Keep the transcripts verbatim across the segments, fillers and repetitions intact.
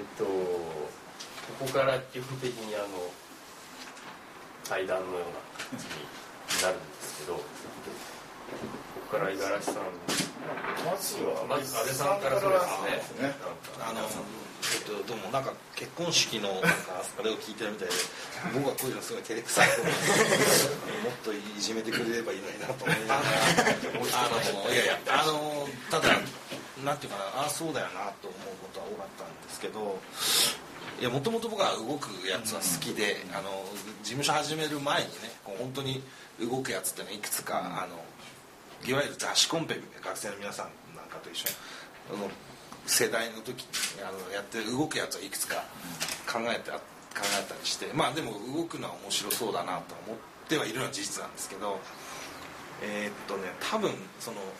とここから基本的にあの対談のような感じになるんですけど、ここから五十嵐さん、 まずはまず安倍さんからそうですね。 あのえっとどうもなんか結婚式のなんかあれを聞いてるみたいで、僕はこういうのすごい照れくさいと思ってもっといじめてくれればいいのになと思いながらあのいやいやあのただなんていうかな、ああそうだよなと思うことは多かったんですけど、いやもともと僕は動くやつは好きで、あの事務所始める前にね、こう本当に動くやつってのいくつか、あのいわゆる雑誌コンペ、学生の皆さんなんかと一緒にあの世代の時にあのやってる動くやつはいくつか考えて考えたりして、まあでも動くのは面白そうだなと思ってはいるのは事実なんですけど、えー、っとね多分その、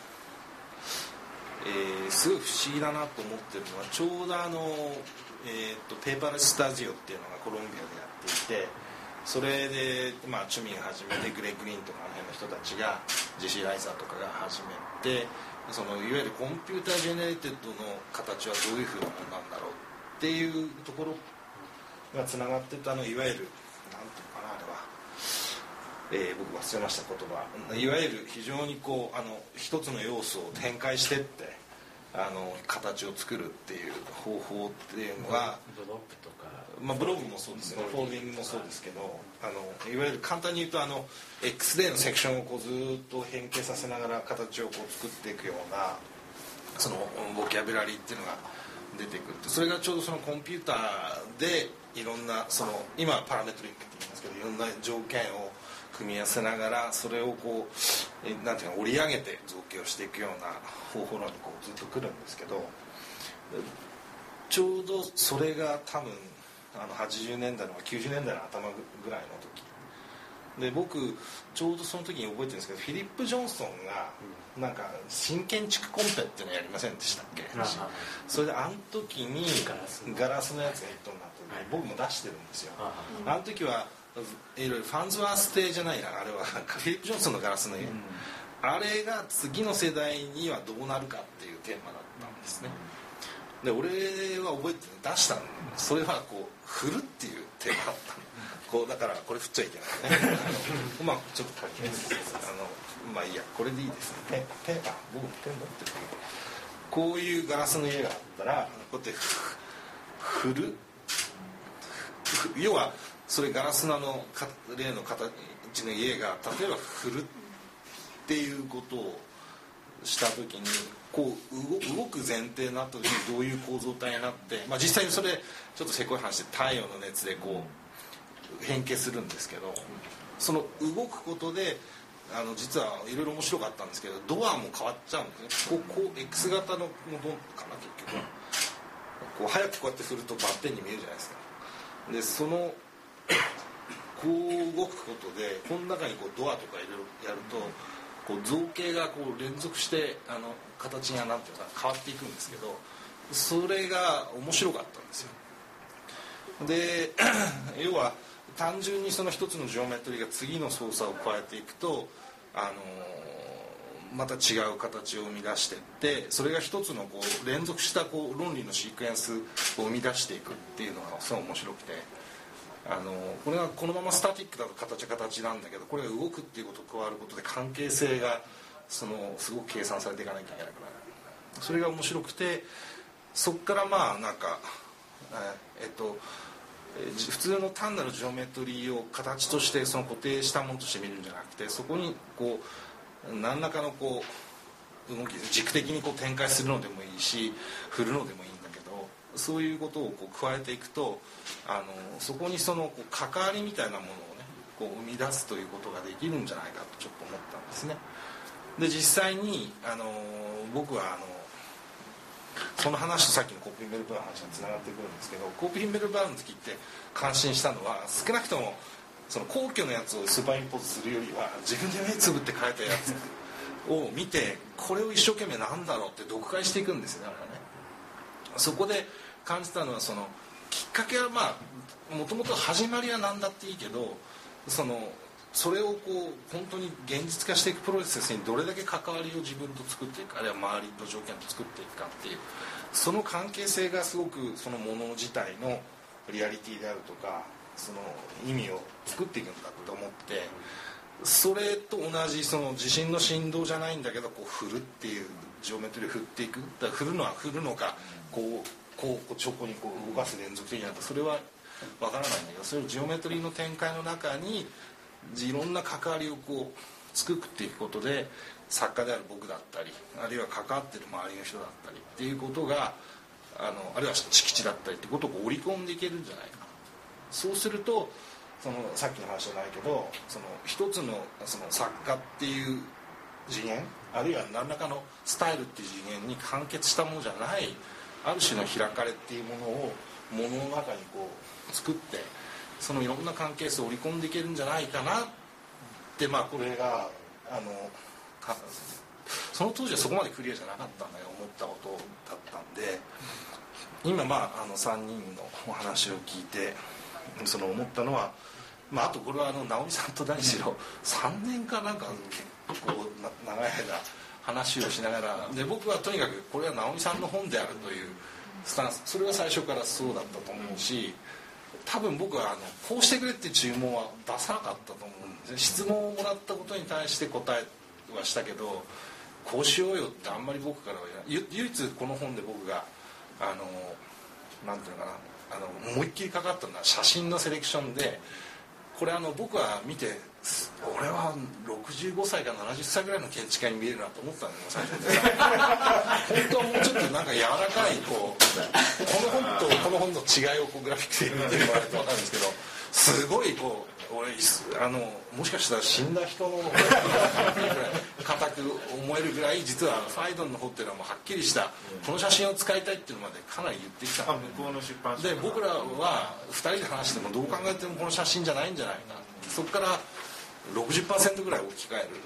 えー、すごい不思議だなと思ってるのは、ちょうどあの、えー、っとペーパーレススタジオっていうのがコロンビアでやっていて、それで、まあ、チュミン始めてグレッグ・リンとかあの辺の人たちがジェシー・ライザーとかが始めて、そのいわゆるコンピュータージェネレーテッドの形はどういうふうなものなんだろうっていうところがつながってたの、いわゆるなんていうのかなあれは、えー、僕忘れました言葉、いわゆる非常にこうあの一つの要素を展開してってあの形を作るっていう方法っていうのがブログとか、 まあ、ブログもそうですね、フォールディングもそうですけど、あのいわゆる簡単に言うとあの エックスデー のセクションをこうずっと変形させながら形をこう作っていくようなそのボキャブラリーっていうのが出てくる。それがちょうどそのコンピューターでいろんなその今はパラメトリックって言いますけど、いろんな条件を組み合わせながらそれをこうえなんていうか織り上げて造形をしていくような方法論にこうずっと来るんですけど、ちょうどそれが多分あのはちじゅうねんだいのきゅうじゅうねんだいの頭ぐらいの時で、僕ちょうどその時に覚えてるんですけど、フィリップ・ジョンソンがなんか新建築コンペっていうのやりませんでしたっけ、うん、それであの時にガラスのやつがヒットになった時に僕も出してるんですよ。あの時はいろいろファンズワース邸じゃないな、あれはフィリップ・ジョンソンのガラスの家、うん、あれが次の世代にはどうなるかっていうテーマだったんですね。で俺は覚えて出したの、それはこう振るっていうテーマだったの。こうだからこれ振っちゃいけないねあのまあちょっと書きますあのまあいいや、これでいいですね。ペン、ペン、あ、僕もペン持ってる。こういうガラスの家があったらこうやって振る、要はそれガラスのあの例の形の家が例えば振るっていうことをした時にこう動く前提になった時にどういう構造体になって、まあ、実際にそれちょっとせこい話で太陽の熱でこう変形するんですけど、その動くことであの実はいろいろ面白かったんですけど、ドアも変わっちゃうんですね。こうこう X 型のものかな、結局こう早くこうやって振るとバッテンに見えるじゃないですか。でそのこう動くことでこの中にこうドアとかいろいろやるとこう造形がこう連続してあの形がなんていうか変わっていくんですけど、それが面白かったんですよ。で要は単純にその一つのジオメトリーが次の操作を加えていくとあのまた違う形を生み出していって、それが一つのこう連続したこう論理のシークエンスを生み出していくっていうのがすごい面白くて、あのこれがこのままスタティックだと形は形なんだけど、これが動くっていうことが加わることで関係性がそのすごく計算されていかなきゃいけなくなる。それが面白くて、そっからまあなんかえっと普通の単なるジオメトリーを形としてその固定したものとして見るんじゃなくて、そこにこう何らかのこう動き軸的にこう展開するのでもいいし振るのでもいいんだけど、そういうことをこう加えていくとあのそこにそのこう関わりみたいなものをねこう生み出すということができるんじゃないかとちょっと思ったんですね。で実際にあの僕はあのその話とさっきのコーピン・ベルバーの話につながってくるんですけど、コーピン・ベルバーの時って感心したのは少なくともその皇居のやつをスーパーインポーズするよりは自分で目つぶって描いたやつを見てこれを一生懸命なんだろうって読解していくんですよね、あれはね。そこで感じたのはそのきっかけはまあもともと始まりは何だっていいけど、そのそれをこう本当に現実化していくプロセスにどれだけ関わりを自分と作っていく、あるいは周りの条件と作っていくかっていうその関係性がすごくそのもの自体のリアリティであるとかその意味を作っていくんだと思って、それと同じその地震の振動じゃないんだけどこう振るっていうジオメトリーを振っていく、だから振るのは振るのかこうこう直にこう動かす連続的なとそれは分からないんだけど、それをジオメトリーの展開の中にいろんな関わりをこう作っていくことで作家である僕だったりあるいは関わってる周りの人だったりっていうことがあのあるいは敷地だったりってことを織り込んでいけるんじゃないかな。そうするとそのさっきの話じゃないけどその一つのその作家っていう次元あるいは何らかのスタイルっていう次元に完結したものじゃないある種の開かれっていうものをものの中にこう作ってそのいろんな関係性を織り込んでいけるんじゃないかなって、まあこれがあのその当時はそこまでクリアじゃなかったんだよ思ったことだったんで、今まああのさんにんのお話を聞いてその思ったのは、まあ、あとこれはあの直美さんと何しろさんねんかなんか結構長い間話をしながらで、僕はとにかくこれは直美さんの本であるというスタンス、それは最初からそうだったと思うし、多分僕はあのこうしてくれっていう注文は出さなかったと思うんです。質問をもらったことに対して答えはしたけどこうしようよってあんまり僕からは言唯一この本で僕があのなんていうのかなあの思いっきりかかったのは写真のセレクションで、これあの僕は見て俺はろくじゅうごさいかななじゅっさいぐらいの建築家に見えるなと思ったんだよ最初に本当はもうちょっとなんか柔らかいこうこの本とこの本の違いをこうグラフィックで見てもらえると分かるんですけど、すごいこう俺あのもしかしたら死んだ人の固く思えるぐらい実はファイドンの方っていうのはもうはっきりしたこの写真を使いたいっていうのまでかなり言ってきたんで、 向こうの出版社で僕らはふたりで話してもどう考えてもこの写真じゃないんじゃないか、そこから ろくじゅっパーセント ぐらい置き換える、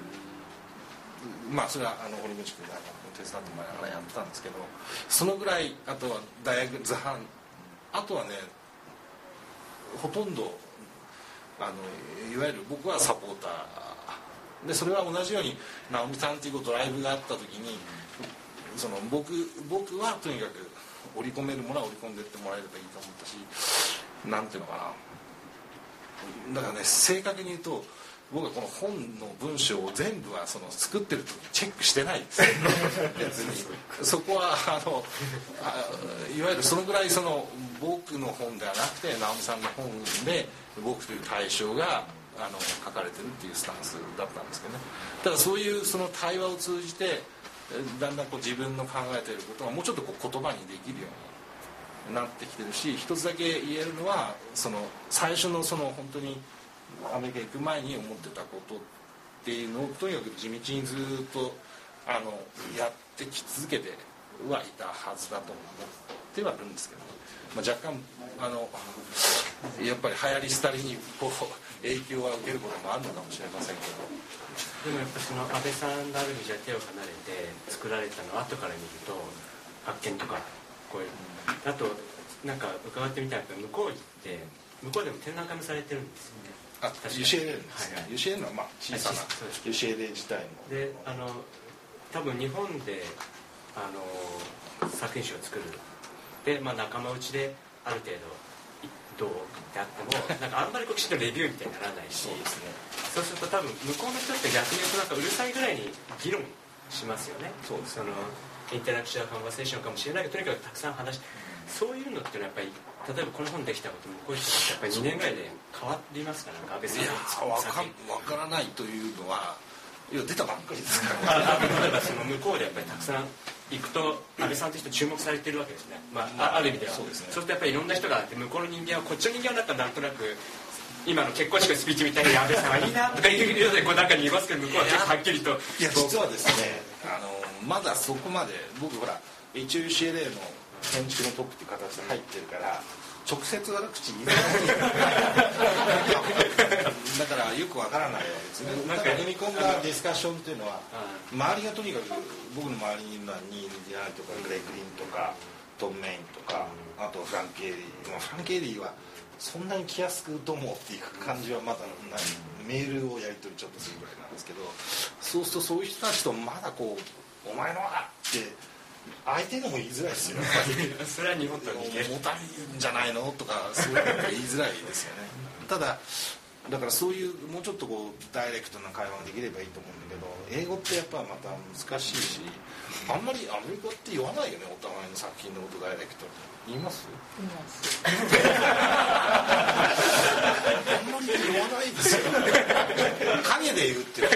まあそれはあの堀口君が手伝ってもらいながらやってたんですけど、そのぐらいあとは大学図版あとはねほとんどあのいわゆる僕はサポーターで、それは同じように直美さんっていうことライブがあった時にその 僕, 僕はとにかく織り込めるものは織り込んでいってもらえればいいと思ったし、なんていうのかな、だからね正確に言うと僕はこの本の文章を全部はその作ってる時チェックしてないんです別にそこはあのあいわゆるそのぐらいその僕の本ではなくて直美さんの本で僕という対象があの書かれてるっていうスタンスだったんですけどね。ただそういうその対話を通じてだんだんこう自分の考えていることがもうちょっとこう言葉にできるようになってきてるし、一つだけ言えるのはその最初のその本当にアメリカ行く前に思ってたことっていうのをとにかく地道にずっとあのやってき続けてはいたはずだと思ってはあるんですけど、まあ、若干あのやっぱり流行り廃りにこう影響は受けることもあるのかもしれませんけど、 でもやっぱその安倍さんがある意味じゃ手を離れて作られたのを後から見ると発見とかこういうあとなんか伺ってみたいけど向こう行って向こうでも展覧会もされてるんですよね。 あ、ユシエレですね。ユシエレのまあ小さなユシエレ自体のであの多分日本であの作品集を作るで、まあ、仲間内である程度どうであってもなんかあんまりこうきちんとレビューみたいにならないしそうですね、そうすると多分向こうの人って逆に言うとなんかうるさいぐらいに議論しますよね。 そうですね、 そのインタラクションカンバセーションかもしれないけどとにかくたくさん話して、そういうのっていうのはやっぱり例えばこの本できたこともこういう人ってやっぱりにねんぐらいで変わりますから、安倍さんいや分か, 分からないというのはいや出たばっかりですからね例えばその向こうでやっぱりたくさん行くと安倍さんという人注目されてるわけですね、まあ、ある意味ではそうですね。そうするとやっぱりいろんな人があって向こうの人間はこっちの人間はなんかなんとなく今の結婚式のスピーチみたいに安倍さんはいいなとか言うようでこう中にいますけど向こうは結構はっきりといや実はですねあのまだそこまで僕ほら エイチユーシーエルエー の建築のトップっていう形で入ってるから直接悪口言えないだからよくわからないわけですね。なんか踏み込んだディスカッションっていうのは周りがとにかく僕の周りにいるのはニール・ディナーとかグレイ・グリーンとかトム・メインとかあとフランク・ケリー、まあ、フランク・ケリーはそんなに気安くどうもっていう感じはまだない、メールをやり取りちょっとするぐらいなんですけど、そうするとそういう人たちとまだこうお前のはって相手にも言いづらいですよねそれは日本と似てる重たいんじゃないのとかそういうのが言いづらいですよねただだからそういうもうちょっとこうダイレクトな会話ができればいいと思うんだけど英語ってやっぱまた難しいしあんまりアメリカって言わないよねお互いの作品のことダイレクトに言いますいますあんまり言わないですよ影で言うっていう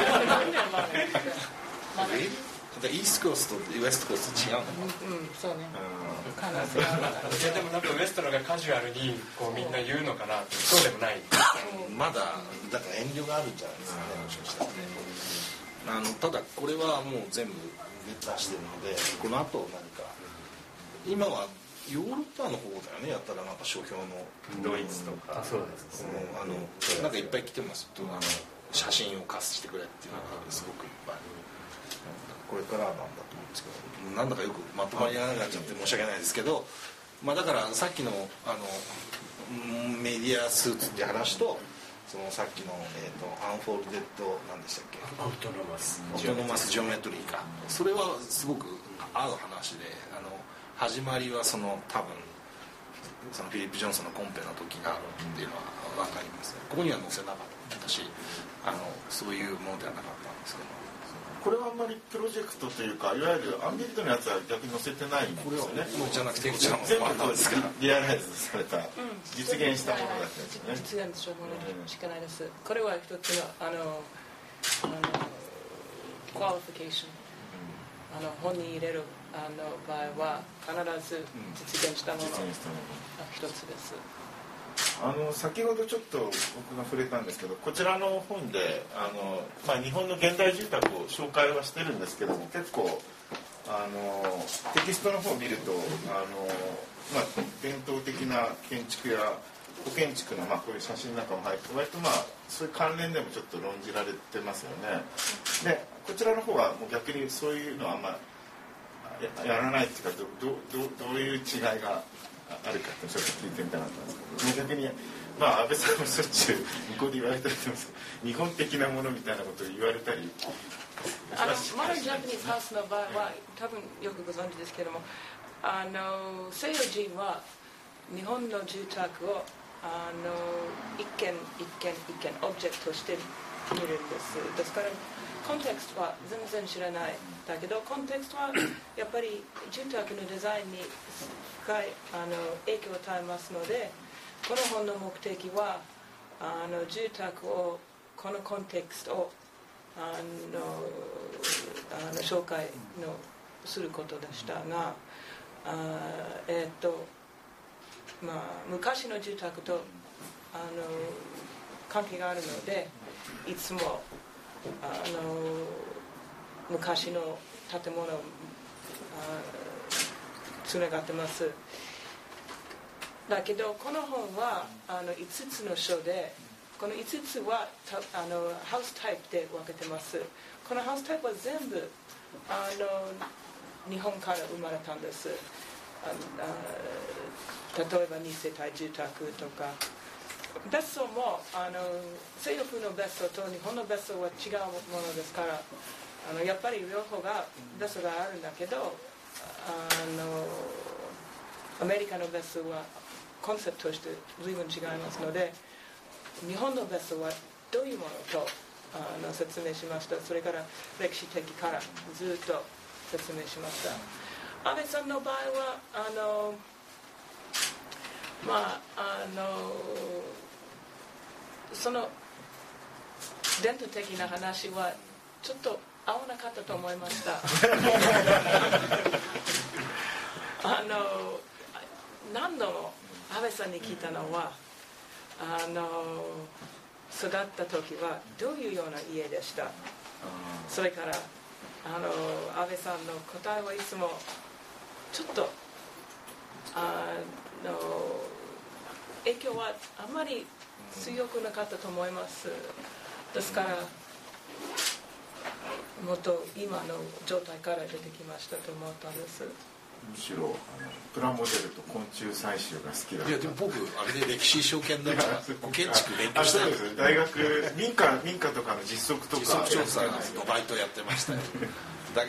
イーストコーストとウエストコースト違うのうん、そうね可能性があるいやでもなんかウエストのがカジュアルにこうみんな言うのかなってそうでもないまだだから遠慮があるんじゃないですかねもしかしたらねあのただこれはもう全部出してるのでこの後何か今はヨーロッパの方だよねやったらなんか書評のドイツとかそうですねあのなんかいっぱい来てますとあの写真を貸してくれっていうのがすごくいっぱいこれからなんだと思うんですけどなんだかよくまとまりがなくなっちゃって申し訳ないですけどまあだからさっきのあのメディアスーツって話とそのさっきの、えー、とアンフォールデッドなんでしたっけアウトノマスオートノマスジオメトリーかそれはすごく合う話であの始まりはその多分そのフィリップ・ジョンソンのコンペの時があるっていうのは分かりますねここには載せなかったしあのそういうものではなかったんですけどこれはあんまりプロジェクトというかいわゆるアンビットのやつは逆に載せてないんですよねこれはじゃなくてこちらも全部こうリアライズされた、うん、実現したものだったんですよね実現したものしかないです、これは一つのあのあのクワリフィケーション、あの本に入れるあの場合は必ず実現したもの、うん、一つです。 あの先ほどちょっと僕が触れたんですけどこちらの本であの、まあ、日本の現代住宅を紹介はしてるんですけども結構あのテキストの方を見るとあの、まあ、伝統的な建築や古建築の、まあ、こういう写真なんかも入って割とまあそういう関連でもちょっと論じられてますよね。でこちらの方はもう逆にそういうのはあんまやらないっていうかどどどどういう違いがあるかってちょっと聞いてみたかったんですけど逆にまあ安倍さんもしょっちゅう向こうで言われたりしてます日本的なものみたいなことを言われたりあのモダンジャパニーズハウスの場合は多分よくご存知ですけどもあの西洋人は日本の住宅をあの一軒一軒一軒オブジェクトとして見るんですですからコンテクストは全然知らないだけどコンテクストはやっぱり住宅のデザインに深いあの影響を与えますのでこの本の目的はあの住宅をこのコンテクストをあのあの紹介のすることでしたがあえっとまあ昔の住宅とあの関係があるのでいつもあの昔の建物つながってますだけどこの本はあのいつつの章でこのいつつはあのハウスタイプで分けてますこのハウスタイプは全部あの日本から生まれたんですああ例えばに世帯住宅とか別荘もあの西洋風の別荘と日本の別荘は違うものですからあのやっぱり両方が別荘があるんだけどあのアメリカの別荘はコンセプトとして随分違いますので日本の別荘はどういうものとあの説明しましたそれから歴史的からずっと説明しました安倍さんの場合はあのまああのその伝統的な話はちょっと合わなかったと思いましたあの何度も安倍さんに聞いたのはあの育った時はどういうような家でしたそれからあの安倍さんの答えはいつもちょっとあの影響はあまり強くなかったと思いますですからもっと今の状態から出てきましたと思ったんですむしろあのプラモデルと昆虫採集が好きだったいやでも僕あれで歴史証券だから古建築勉強したそうです大学民家民家とかの実測とか実測調査のバイトやってましたよだけど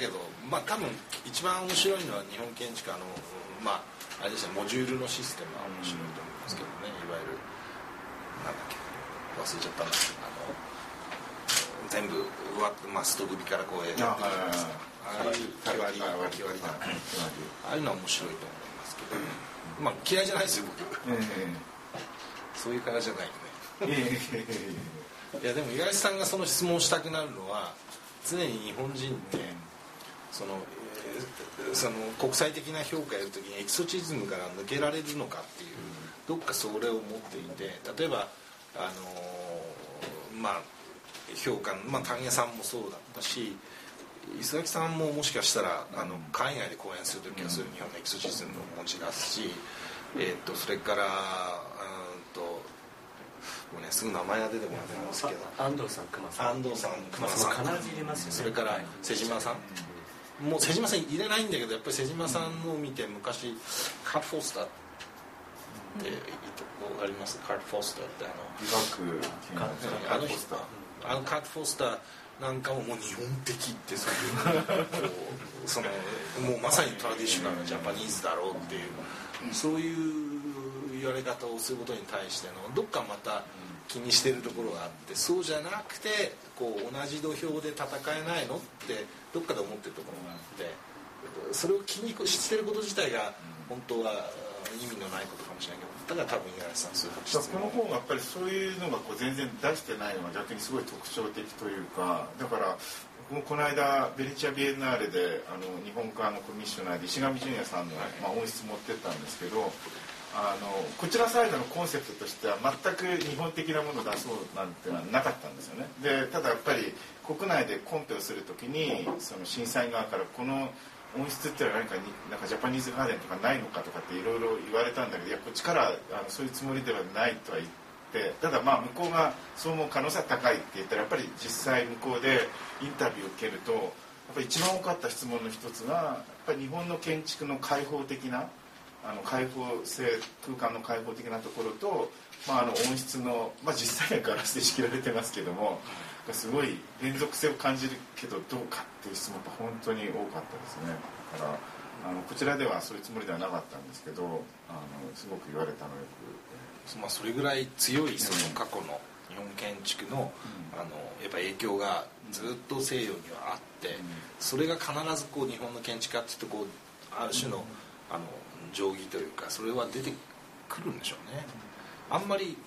まあ多分一番面白いのは日本建築あのまああれですねモジュールのシステムは面白いと思うんですけどね、いわゆるなんだっけ忘れちゃったんだけどあの全部わ、まあ、スト組からこうやってああいう決まり決まりだああいうのは面白いと思いますけど、まあ嫌いじゃないですよ僕、えー、そういうからじゃないよね、えー、いやでも五十嵐さんがその質問をしたくなるのは常に日本人ってその、えー、その国際的な評価やるときにエキソチズムから抜けられるのかっていう、うん、どっかそれを持っていて例えばあのー、まあ評価まあ丹下さんもそうだったし磯崎さんももしかしたらあの海外で講演するときはそういう日本のエキソチズムを持ち出すし、えー、とそれからうんともうねすぐ名前が出てこないんですけど安藤さん熊さん安藤さん熊さん必ず入れますよね。 それから瀬島さん、うん、もう瀬島さん入れないんだけどやっぱり瀬島さんを見て昔カート・フォスターっていいとこありますカート・フォスターってあの医学あの人あのカート・フォスターなんかももう日本的ってそういうそのもうまさにトラディショナルなジャパニーズだろうっていうそういう言われ方をすることに対してのどっかまた気にしてるところがあってそうじゃなくてこう同じ土俵で戦えないのってどっかで思ってるところがあってそれを気にしてること自体が本当は意味のないことかもしれないけどだから多分五十嵐さんそういう質問この本がやっぱりそういうのがこう全然出してないのが逆にすごい特徴的というかだから僕もこの間ベネチアビエンナーレであの日本館のコミッショナーで石上淳也さんの、まあ、音質持ってったんですけどあのこちらサイドのコンセプトとしては全く日本的なものを出そうなんてのはなかったんですよね。でただやっぱり国内でコンペをするときにその審査員側からこの音質っていうのは何かになんかジャパニーズガーデンとかないのかとかっていろいろ言われたんだけどいやこっちからあのそういうつもりではないとは言ってただまあ向こうがそう思う可能性は高いって言ったらやっぱり実際向こうでインタビューを受けるとやっぱり一番多かった質問の一つがやっぱり日本の建築の開放的なあの開放性空間の開放的なところと、まあ、あの音質の、まあ、実際にはガラスで仕切られてますけどもすごい連続性を感じるけどどうかっていう質問が本当に多かったですね。だからあのこちらではそういうつもりではなかったんですけどあのすごく言われたのよく、 まあ、それぐらい強いその過去の日本建築の、うん、あのやっぱ影響がずっと西洋にはあって、うん、それが必ずこう日本の建築家っていうとこうある種の、うん、あの定規というかそれは出てくるんでしょうね。あんまり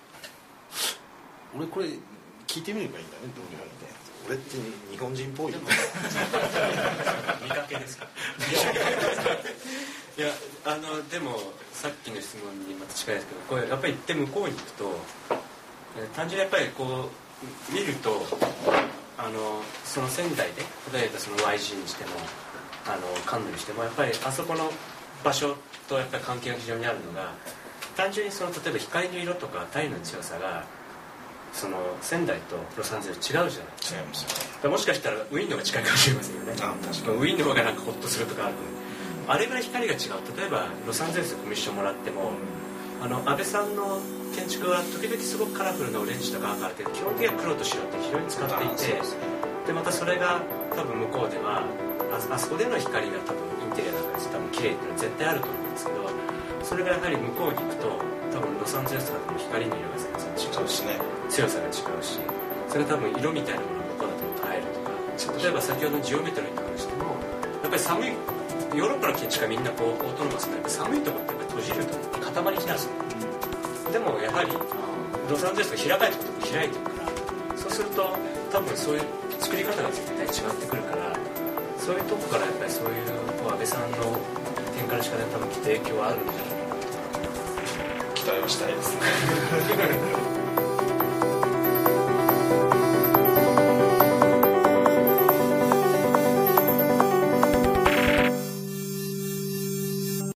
俺これ聞いてみればいいんだねどういうので俺って日本人っぽいよね見かけですかいやあのでもさっきの質問にまた近いですけどこれやっぱり行って向こうに行くと単純にやっぱりこう見るとあのその仙台で例えばその ワイジー にしてもあのカンヌにしてもやっぱりあそこの場所とやっぱり関係が非常にあるのが単純にその例えば光の色とか太陽の強さがその仙台とロサンゼルス違うじゃないですか。違いますよね。もしかしたらウィーンの方が近いかもしれませんよね。あ確かにウィーンの方がなんかホッとするとかある、うん、あれぐらい光が違う。例えばロサンゼルスでコミッションもらっても、うん、あの安倍さんの建築は時々すごくカラフルなオレンジとか赤あるけど基本的には黒と白って非常に使っていてでまたそれが多分向こうでは あ, あそこでの光が多分インテリアなんかで多分綺麗っていうのは絶対あると思うんですけどそれがやはり向こうに行くと多分ロサンゼルスとかでも光の色が全然違うしね強さが違うしそれ多分色みたいなものが向こうだともっと入るとか例えば先ほどのジオメトリーに関してもやっぱり寒いヨーロッパの建築家みんなこうオートノマスになって寒いところってやっぱり閉じると塊になるんですよ、うん、でもやはりロサンゼルスが開かれてるとこ開いてるからそうすると多分そういう作り方が絶対違ってくるからそういうとこからやっぱりそういうこう安倍さんの展開の仕方に多分きっと影響はあるんじゃないかなと期待はしたいですね